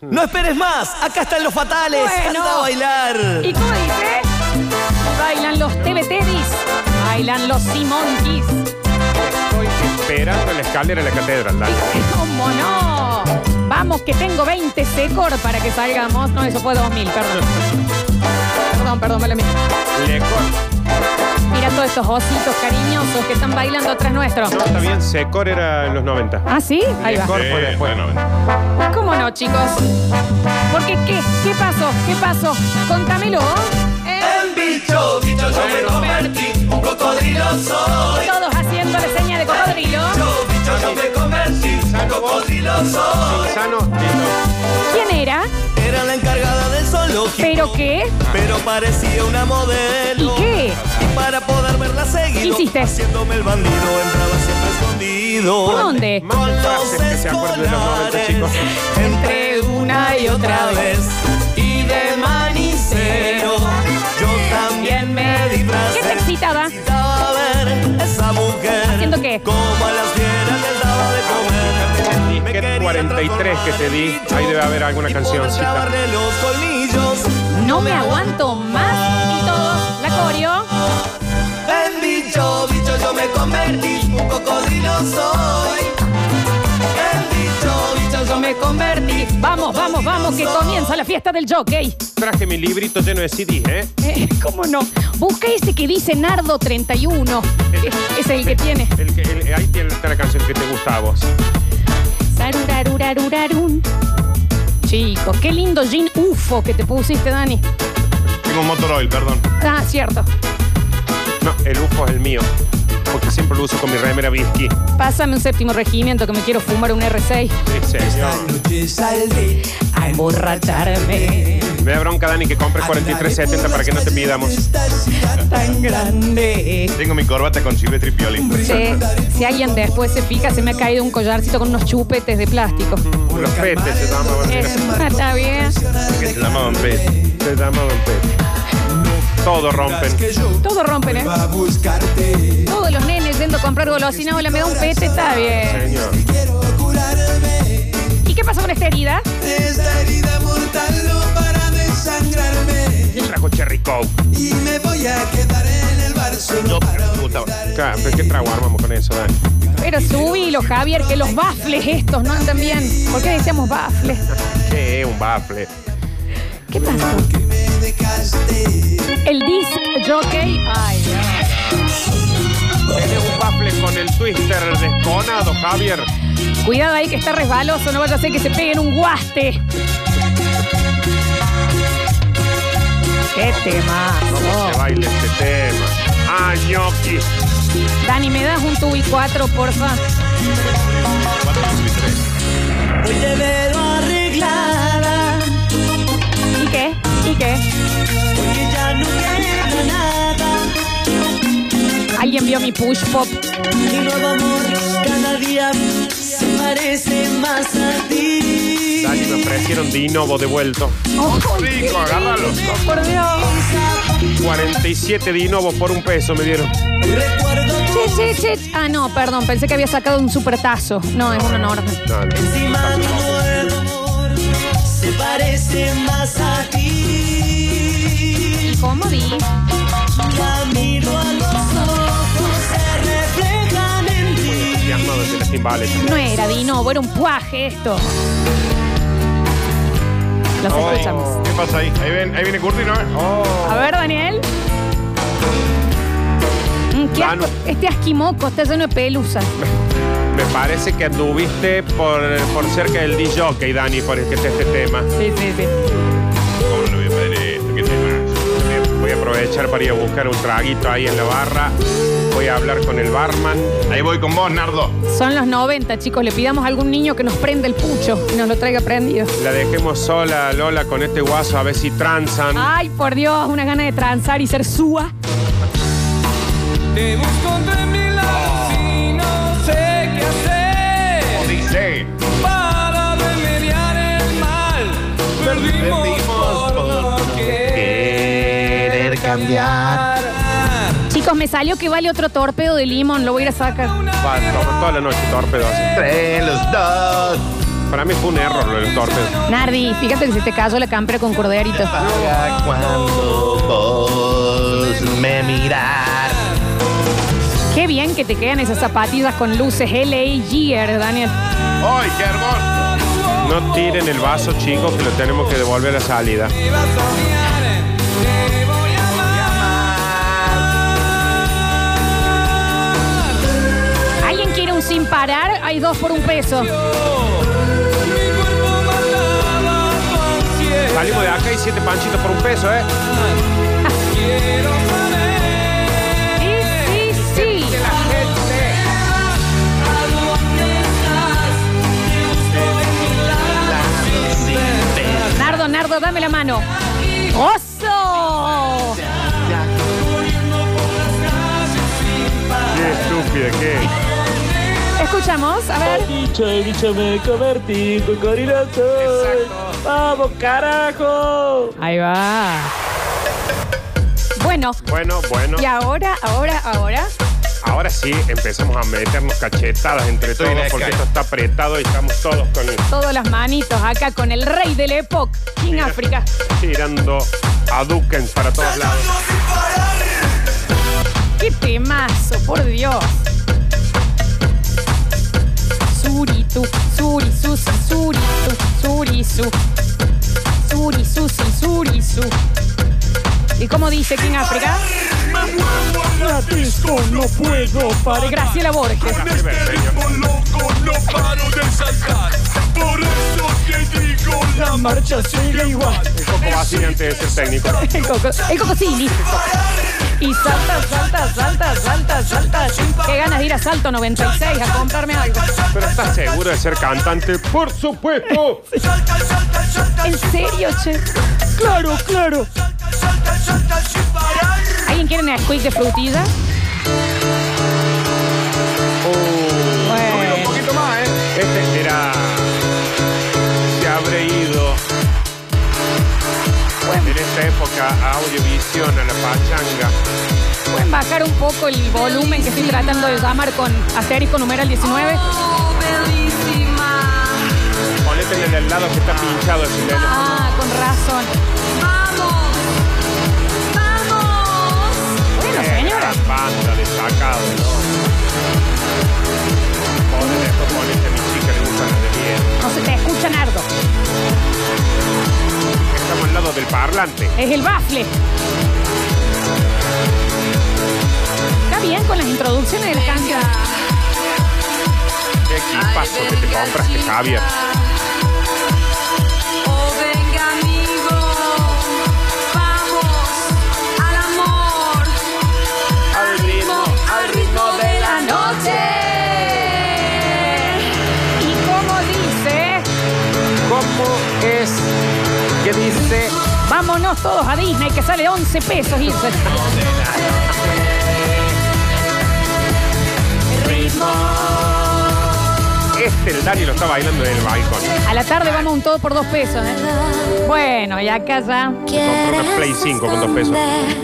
No esperes más, acá están los fatales. Bueno. Anda a bailar. ¿Y cómo dice? Bailan los TBTDs, bailan los Simonkeys. Estoy esperando en la escalera de la catedral, dale. ¿Cómo no? Vamos que tengo 20 secor para que salgamos. No, eso fue 2000, perdón, vale. Mira todos estos ositos cariñosos que están bailando atrás nuestro. No, está bien, Secor era en los 90. ¿Ah, sí? Ahí va. Lecor fue después. ¿Cómo no, chicos? Porque, ¿qué pasó? Contámelo. En bicho yo me convertí, un cocodrilo soy. Todos haciendo la seña de cocodrilo. Bicho yo me convertí, un cocodrilo soy. Sano, ¿Quién era? Era la encargada del zoológico. ¿Pero qué? Pero parecía una modelo. ¿Y qué? Y para poder verla seguido, ¿Qué hiciste? haciéndome el bandido, entraba siempre escondido. ¿Por dónde? Con los frases que se acuerden de los 90, chicos. Entre una y otra vez. Y de manicero, yo también me disfracé. ¿Qué te excitaba? Necesitaba ver esa mujer. ¿Haciendo qué? Como a las fieras les daba de comer. Me Disquete quería 43 que te di, ahí debe haber alguna y poder cancioncita. clavarle los colmillos. No me aguanto más. Y todos, la coreo. En bicho yo me convertí, un cocodrilo soy. En bicho yo me convertí. Vamos, que comienza la fiesta del jockey. Traje mi librito lleno de CDs, ¿eh? ¿Cómo no? Busca ese que dice Nardo 31. Es el que tiene. Ahí está la canción que te gusta a vos. Sarurarurarurarun. Chicos, qué lindo jean UFO que te pusiste, Dani. Tengo un motor oil, perdón. Ah, cierto. No, el UFO es el mío, porque siempre lo uso con mi remera whisky. Pásame un séptimo regimiento que me quiero fumar un R6. Sí, señor. noche saldré a emborracharme. Me da bronca, Dani, que compres 43.70 para que no te pidamos. Tan grande. Tengo mi corbata con Silvestri Pioli. Sí, si alguien después se fija, se me ha caído un collarcito con unos chupetes de plástico. Los petes se llamaban. Está bien. Que se llamaban pez. Se llamaban petes. Todos rompen. Todos rompen, ¿eh? A buscarte. Todos los nenes yendo a comprar golosina. Hola, me da un pete, está bien. Señor. Quiero curarme. ¿Y qué pasa con esta herida? Esta herida mortal no para de sangrarme. ¿Quién trajo Cherry Coke? Y me voy a quedar en el bar solo para me gustaba. Claro, pero ¿qué trago armamos con eso, Dani? Pero subilo, Javier, que los bafles estos no andan bien. ¿Por qué decíamos bafles? ¿Qué es un bafle? ¿Qué pasó? que me dejaste. El disc jockey. Ay, Dios. Tenés un bafle con el twister desconado, Javier. Cuidado ahí que está resbaloso, no vaya a ser que se peguen un guaste. ¡Qué tema! ¿Cómo se baila este tema? ¡Ah, ñoqui! Dani, ¿me das un tubi 4, porfa? 4 y 3. Hoy te veo arreglada. ¿Y qué? ¿Y qué? Porque ya no queda nada. ¿Alguien vio mi push pop? Mi nuevo amor cada día se parece más a ti. Dani, me ofrecieron Dinovo devuelto. ¡Oh, Rico, agárralo. por Dios! 47 Dinovos por $1 me dieron. Recuerdo tu Che. Ah, no, perdón, pensé que había sacado un supertazo. No, es un enorme. No, encima mi nuevo amor se parece más a ti. ¿Y cómo di? La miro a los ojos, se reflejan en ti. entusiasmado de las timbales. No era Dinovo, era un puaje esto. Los escuchamos. ¿Qué pasa ahí? Ahí viene Curtino, ¿eh? A ver, Daniel. Qué asco. Danu. Este asquimoco está lleno de pelusa. Me parece que anduviste por cerca del DJ, Dani, por el que está este tema. Sí. ¿Cómo no le voy a pedir esto? ¿Qué tema? Voy a aprovechar para ir a buscar un traguito ahí en la barra. Voy a hablar con el barman. Ahí voy con vos, Nardo. Son los 90, chicos. Le pidamos a algún niño que nos prenda el pucho y nos lo traiga prendido. La dejemos sola, Lola, con este guaso a ver si transan. Ay, por Dios, una gana de transar y ser súa. Te busco entre mil lados y no sé qué hacer. Dice. Para remediar el mal, perdimos por no querer cambiar. Chicos, me salió que vale otro torpedo de limón. Lo voy a ir a sacar. Toma toda la noche torpedo así. Entre los dos. para mí fue un error lo del torpedo. Nardi, fíjate que se te cayó la campera con corderitos. Paga cuando vos me mirar. Qué bien que te quedan esas zapatillas con luces LA Gear, Daniel. ¡Ay, qué hermoso! No tiren el vaso, chicos, que lo tenemos que devolver a la salida. Te vas a soñar, te voy a amar. ¿Alguien quiere un sin parar? Hay 2 por $1. Mi cuerpo mataba tu ansiedad. Salimos de acá y 7 panchitos por $1, ¿eh? Quiero saber Sí. a dónde estás. Nardo, dame la mano. ¡Oso! Qué estúpida, qué. Escuchamos, a ver. Bicho me convertí, cocodrilo soy. ¡Vamos, carajo! Ahí va. Bueno, Bueno. y ahora. Ahora sí empezamos a meternos cachetadas entre todos en el porque Skype. esto está apretado y estamos todos con Todas las manitos acá con el rey de la época, King África. tirando a Dukens para todos lados. ¡Qué temazo, por Dios! Suritu, surisu, suritu, surisu. Surisu, surisu. ¿Y cómo dice King África? La disco no puedo parar. Graciela Borges. Loco, no paro de saltar. Por eso te digo, la marcha sigue igual. Un poco vacío antes de ser técnico. El cocosini. Y salta. Qué ganas de ir a Salto 96 a comprarme algo. Pero ¿estás seguro de ser cantante? ¡Por supuesto! ¿En serio, che? Claro. ¿Alguien quiere un squeak de frutilla? Bueno. Un poquito más, ¿eh? Este era... Se habrá ido en esta época a Audiovisión, a la pachanga. ¿Pueden bajar un poco el volumen que estoy tratando de llamar con asterisco numeral 19? Ponete en el del lado que está pinchado el teléfono. Ah, con razón. Bueno, señora. Banda de sacado, ¿no? Ponete a mi chica, le gustan las de bien. No se te escucha, Nardo. Estamos al lado del parlante. Es el bafle. Está bien con las introducciones de las canciones. Qué equipazo que te compraste, Javier. Oh, venga, amigo, vamos al amor, al ritmo de la noche. ¿Y cómo dice? ¿Cómo es que dice? Vámonos todos a Disney, que sale $11 irse. El Dani lo está bailando en el balcón. A la tarde vamos un todo por $2, ¿eh? Bueno, y acá ya. Compró una Play 5 con $2.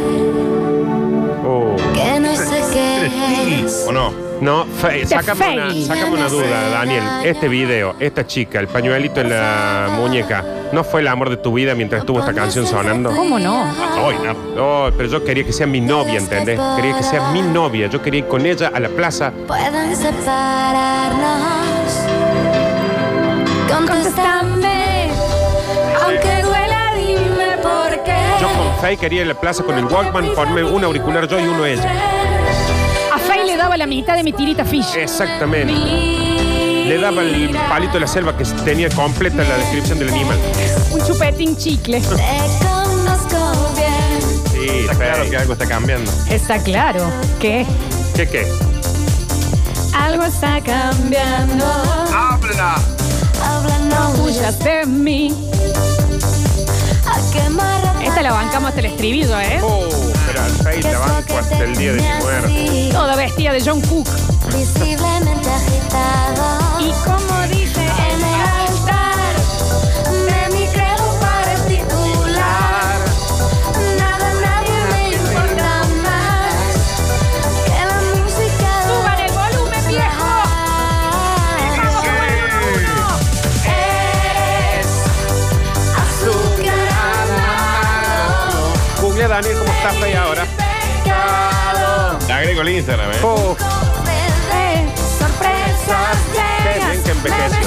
Oh. Que no sé qué es. ¿O no? No, sácame fail. una duda, Daniel. Este video, esta chica, el pañuelito en la muñeca, ¿no fue el amor de tu vida mientras estuvo esta canción sonando? ¿Cómo no? Hoy, no. Oh, pero yo quería que sea mi novia, ¿entendés? Quería que sea mi novia. Yo quería ir con ella a la plaza. Pueden separarnos. Contéstame, aunque duela, dime por qué. Yo con Faye quería ir a la plaza con el Walkman, ponerme un auricular yo y uno ella. A Faye le daba la mitad de mi tirita fish. Exactamente. Le daba el palito de la selva que tenía completa la descripción del animal. Un chupetín chicle. Te conozco bien. Sí, Está claro Faye. que algo está cambiando. Está claro. ¿Qué? ¿Qué? Algo está cambiando. ¡Habla! Háblanos. Huyas de mí. ¿A qué marra? Esta la bancamos hasta el estribillo, ¿eh? Oh, pero al Faye la banco hasta el día de mi muerte. Toda vestida de John Cook. Visiblemente agitado. Y como dice En el altar de mi credo particular. Nada, nadie me importa más que la música. ¡Suban el volumen, viejo! ¡Vamos, número 1! Daniel cómo está Fey ahora. Te agrego el Instagram, Oh, Sorpresas qué bien que envejeció.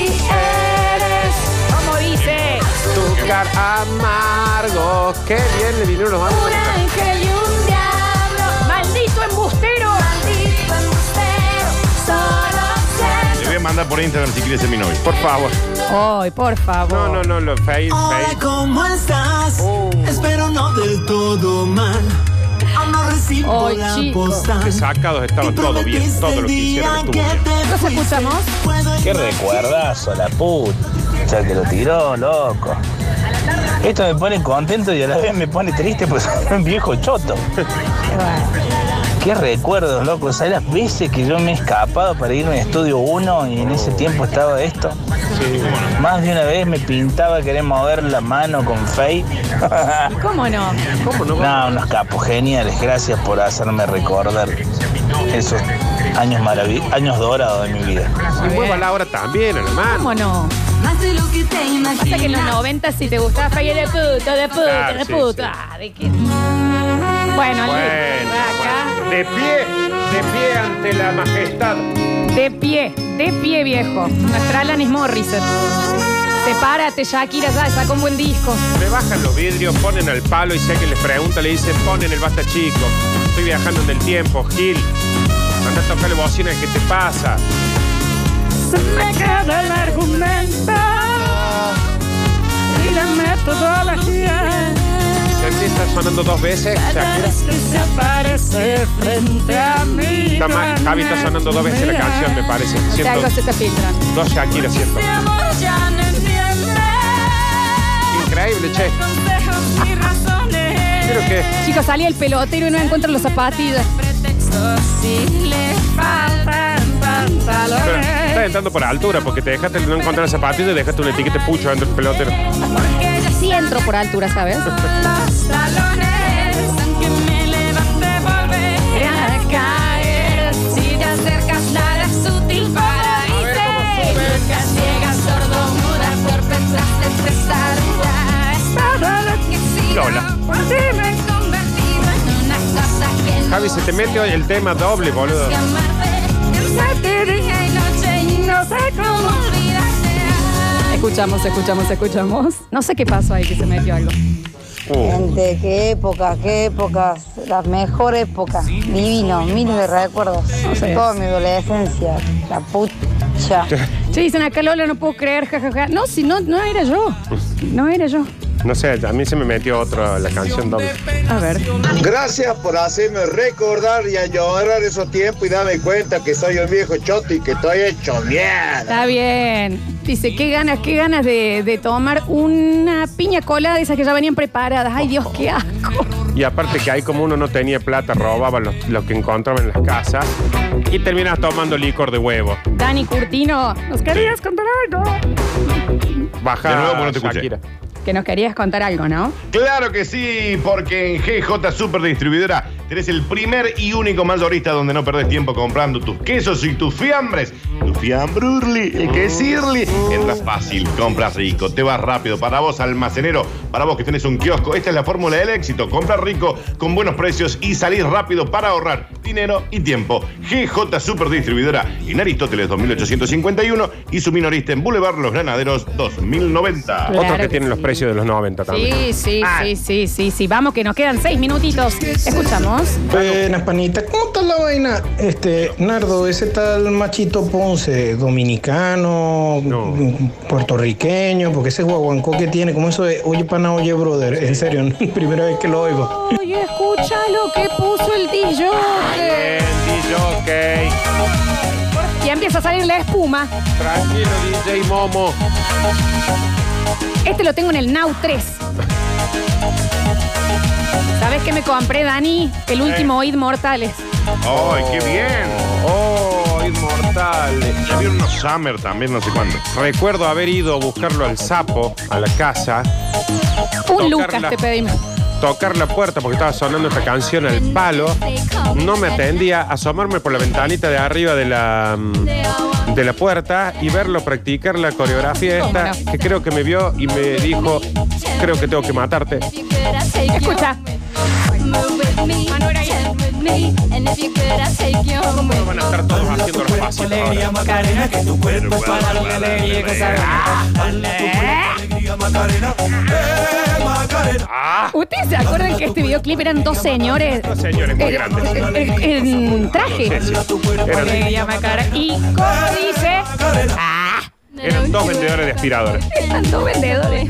¿Cómo dice? Azúcar amargo. Qué bien le vinieron los Un amargos. ángel y un diablo. Maldito embustero. Maldito embustero, solo Te voy a mandar por Instagram si quieres ser mi novio. Por favor. Ay, por favor. No, lo Fey. Hola, ¿cómo estás? Espero no del todo mal. Aún no recibo Ay, la chico. postal. Que sacados estaba todo bien. Todo lo que hicieron estuvo bien. ¿Nos escuchamos? Qué recuerdazo, la puta. O sea, que lo tiró, loco. Esto me pone contento y a la vez me pone triste porque soy un viejo choto. Qué recuerdos, loco. ¿Sabes las veces que yo me he escapado para irme a Estudio 1 y en ese tiempo estaba esto? Sí. Más de una vez me pintaba querer mover la mano con Faye. ¿Cómo no? ¿Cómo no? No, unos capos geniales. Gracias por hacerme recordar esos años dorados de mi vida. Y muévala ahora también, hermano. ¿Cómo no? más de lo que te imaginas. Pasa que en los 90 si te gustaba Fey de puta, Claro, de sí, puta. Ah, ¿de qué? Bueno, Bueno, acá. de pie ante la majestad. De pie, viejo. Nuestra Alanis Morissette. Sepárate, Shakira, ya sacó un buen disco. Me bajan los vidrios, ponen al palo y si alguien les pregunta, le dicen, ponen el basta chico. Estoy viajando en el tiempo, Gil. Anda a tocarle bocina, ¿qué te pasa? Se me queda el argumento y la metodología. ¿Sentí está sonando dos veces? Shakira. Se aparece frente a mí. Está mal, Javi está sonando dos veces la canción, me parece. O sea, algo se Siento te filtra. dos Shakira, siento. Increíble, che. Creo que Chicos, salía el pelotero y no encuentro los zapatillas. pero estás entrando por altura porque te dejaste no encontrar el zapatito y dejaste una etiqueta pucho dentro del pelotero. Sí entro por altura, ¿sabes? Lola. Javi, se te mete hoy el tema doble, boludo. Escuchamos. No sé qué pasó ahí, que se metió algo. Gente, qué épocas, las mejores épocas. Divino, miles de recuerdos. sé. Toda mi adolescencia, la pucha. Che, dicen acá, Lola, no puedo creer, jajaja. No, si no era yo. No era yo. No sé, a mí se me metió otro, la canción doble. A ver. Gracias por hacerme recordar y añorar esos tiempos y darme cuenta que soy un viejo choto y que estoy hecho mierda. Está bien. Dice, qué ganas de tomar una piña colada de esas que ya venían preparadas. Ay, Dios, qué asco. Y aparte que ahí como uno no tenía plata, robaba lo que encontraba en las casas y terminabas tomando licor de huevo. Dani Curtino, ¿nos querías contar algo? Baja De nuevo, porque no te escuché. Shakira. Que nos querías contar algo, ¿no? Claro que sí, porque en GJ Super Distribuidora tenés el primer y único mayorista donde no perdés tiempo comprando tus quesos y tus fiambres. Tu fiambrurli, el quesirli. Entras fácil, compras rico, te vas rápido. Para vos, almacenero, para vos que tenés un kiosco, esta es la fórmula del éxito. Comprar rico con buenos precios y salir rápido para ahorrar dinero y tiempo. GJ Super Distribuidora en Aristóteles 2851 y su minorista en Boulevard Los Granaderos 2090. Claro Otro que que tienen los sí. precios de los 90 también. Sí. Vamos, que nos quedan 6 minutitos. Escuchamos. Buenas, panita. ¿Cómo está la vaina? Nardo, ese tal Machito Ponce, dominicano, puertorriqueño, porque ese guaguancó que tiene, como eso de oye pana, oye brother, en serio, primera vez que lo oigo. Oye, escucha lo que puso el DJ. DJ, Y empieza a salir la espuma. tranquilo, DJ Momo. Este lo tengo en el Now 3. ¿Sabes qué me compré, Dani? El último Id Mortales. ¡Ay, qué bien! Oh, inmortales. Ya vi unos Summer también, no sé cuándo. Recuerdo haber ido a buscarlo al sapo, a la casa, Un Tocar Lucas la- te pedimos. tocar la puerta porque estaba sonando esta canción al palo. No me atendía, asomarme por la ventanita de arriba de la puerta y verlo practicar la coreografía esta, ¿Cómo no? que creo que me vio y me dijo, creo que tengo que matarte. Escucha. ¿Cómo van a estar todos haciendo los pasitos Alegría, ahora? Macarena, que tu cuerpo es para darle alegría y cosas alegría, Macarena. Macarena. ¿Ustedes se acuerdan que este videoclip eran dos señores? Dos señores muy grandes. En traje. Sí, sí. Alegría, Macarena. Y como dice. Eran dos vendedores de aspiradores. Eran dos vendedores.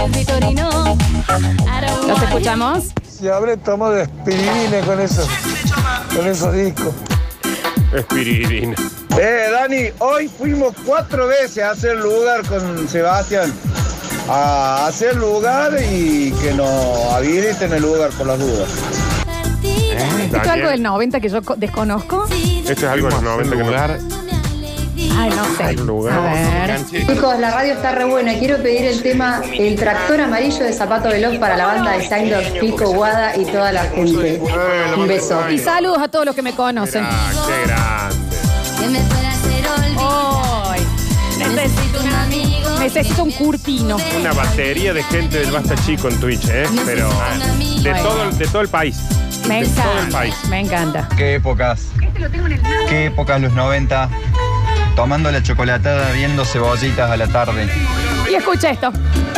¿Los escuchamos? Si habré tomado aspirina con esos discos. Espiridina. Dani, hoy fuimos 4 veces a hacer lugar con Sebastián. A hacer lugar y que nos habiliten el lugar por las dudas. ¿Esto es algo del 90 que yo desconozco? Esto es algo de los 90 que no. Ay, no sé. Hay un lugar. A ver. Chicos, la radio está re buena. Quiero pedir el tema El tractor amarillo de Zapato Veloz para la banda de Sandor, Pico, Guada y toda la gente. Un beso. Y saludos a todos los que me conocen. Qué grande. Hoy. Necesito un curtino. Una batería de gente del Basta Chico en Twitch, pero de todo el país. Me De todo el encanta. país. Me encanta. Qué épocas. Qué épocas los 90. Tomando la chocolatada, viendo cebollitas a la tarde. Y escucha esto.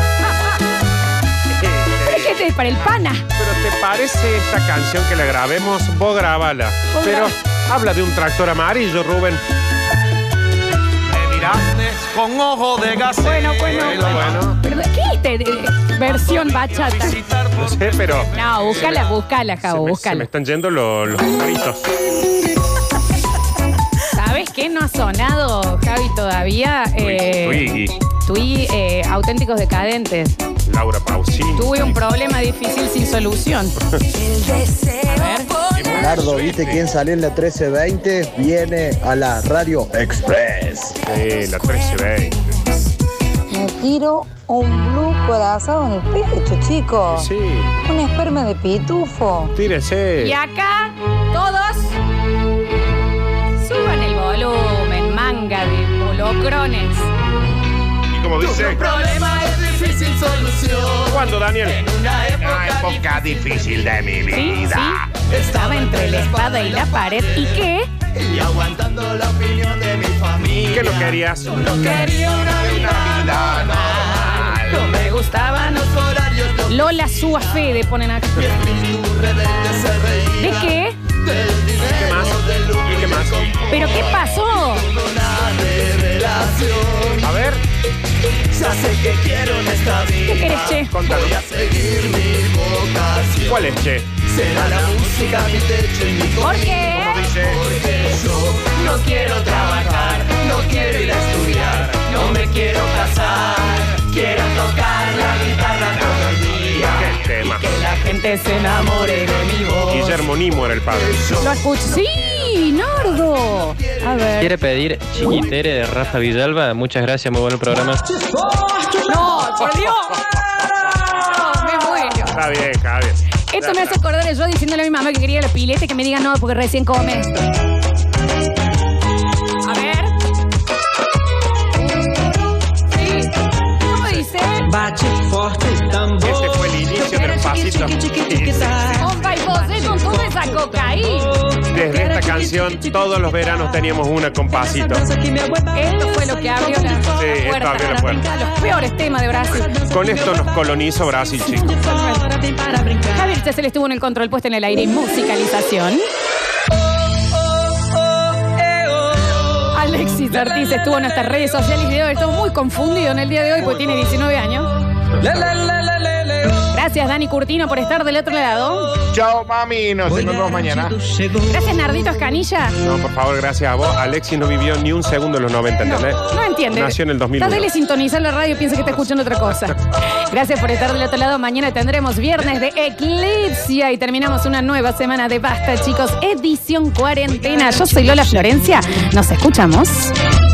¿Qué te es para el pana? Pero ¿te parece esta canción que la grabemos? Vos grabala. Vos Pero habla de un tractor amarillo, Rubén. Me miraste con ojo de gacela. Bueno. Pero, ¿qué es esta versión bachata? No sé, pero No, búscala, Javo, se me búscala. están yendo los gritos. ¿Sabes qué no ha sonado, Javi, todavía? Twiggy. Auténticos Decadentes. Laura Pausini. Tuve un problema difícil sin solución. A ver. Nardo, ¿viste quién salió en la 1320? Viene a la Radio Express. La 1320. Me tiro un blue corazón en el pecho, chicos. Sí. Un esperma de pitufo. Tírese. Y acá, todos suban el volumen, manga de holocrones. Y como dice, Problema es difícil solución. ¿Cuándo, Daniel? Una una época difícil de mi Sí, vida. sí. Estaba entre la espada y la pared. ¿Y qué? Y aguantando la opinión de mi familia. ¿Qué no querías? No quería una vida normal. No me gustaban los horarios. Lola Sua Fede ponen acá. Mi espíritu rebelde se reía. ¿De qué? Del dinero, ¿Qué más? del lujo ¿Y qué más? ¿Pero qué pasó? una revelación. A ver. Ya sé que quiero en esta vida. ¿Qué querés, che? Contanos. Voy a seguir mi vocación. ¿Cuál es, che? Será la música mi techo y mi ¿Por qué? ¿Cómo dice? Porque yo no quiero trabajar, no quiero ir a estudiar, no me quiero casar. Quiero tocar la guitarra todo el día. ¿Qué tema? Que la gente se enamore de mi voz. Guillermo Nimo era el padre. Lo escucho. ¡Sí, Nardo! A ver. ¿Quiere pedir Chiquitere de Rafa Villalba? Muchas gracias, muy buen programa. ¡No, por Dios! Me muero. Está bien, Javier. Esto me hace acordar de yo diciéndole a mi mamá que quería la pileta y que me diga no, porque recién come. A ver. Sí. ¿Cómo dice? Bate forte el tambor. Ese fue el inicio del pasito. Compa y vos, con toda esa cocaína. Desde esta canción, todos los veranos teníamos una con pasito. Esto fue lo que abrió la esto puerta. abrió la puerta. Los peores temas de Brasil. Con esto nos colonizó Brasil, chicos. Javier Chesel estuvo en el control puesto en el aire y musicalización. Alexis Ortiz estuvo en nuestras redes sociales y de hoy estuvo muy confundido en el día de hoy porque tiene 19 años. Gracias, Dani Curtino, por estar del otro lado. Chao, mami. Nos encontramos mañana. Gracias, Nardito Escanilla. No, por favor, gracias a vos. Alexis no vivió ni un segundo en los 90, ¿entendés? No entiende. Nació en el 2001. Dale sintonizar la radio y piensa que está escuchando otra cosa. Gracias por estar del otro lado. Mañana tendremos viernes de Eclipsia y terminamos una nueva semana de Basta, chicos. Edición cuarentena. Yo soy Lola Florencia. Nos escuchamos.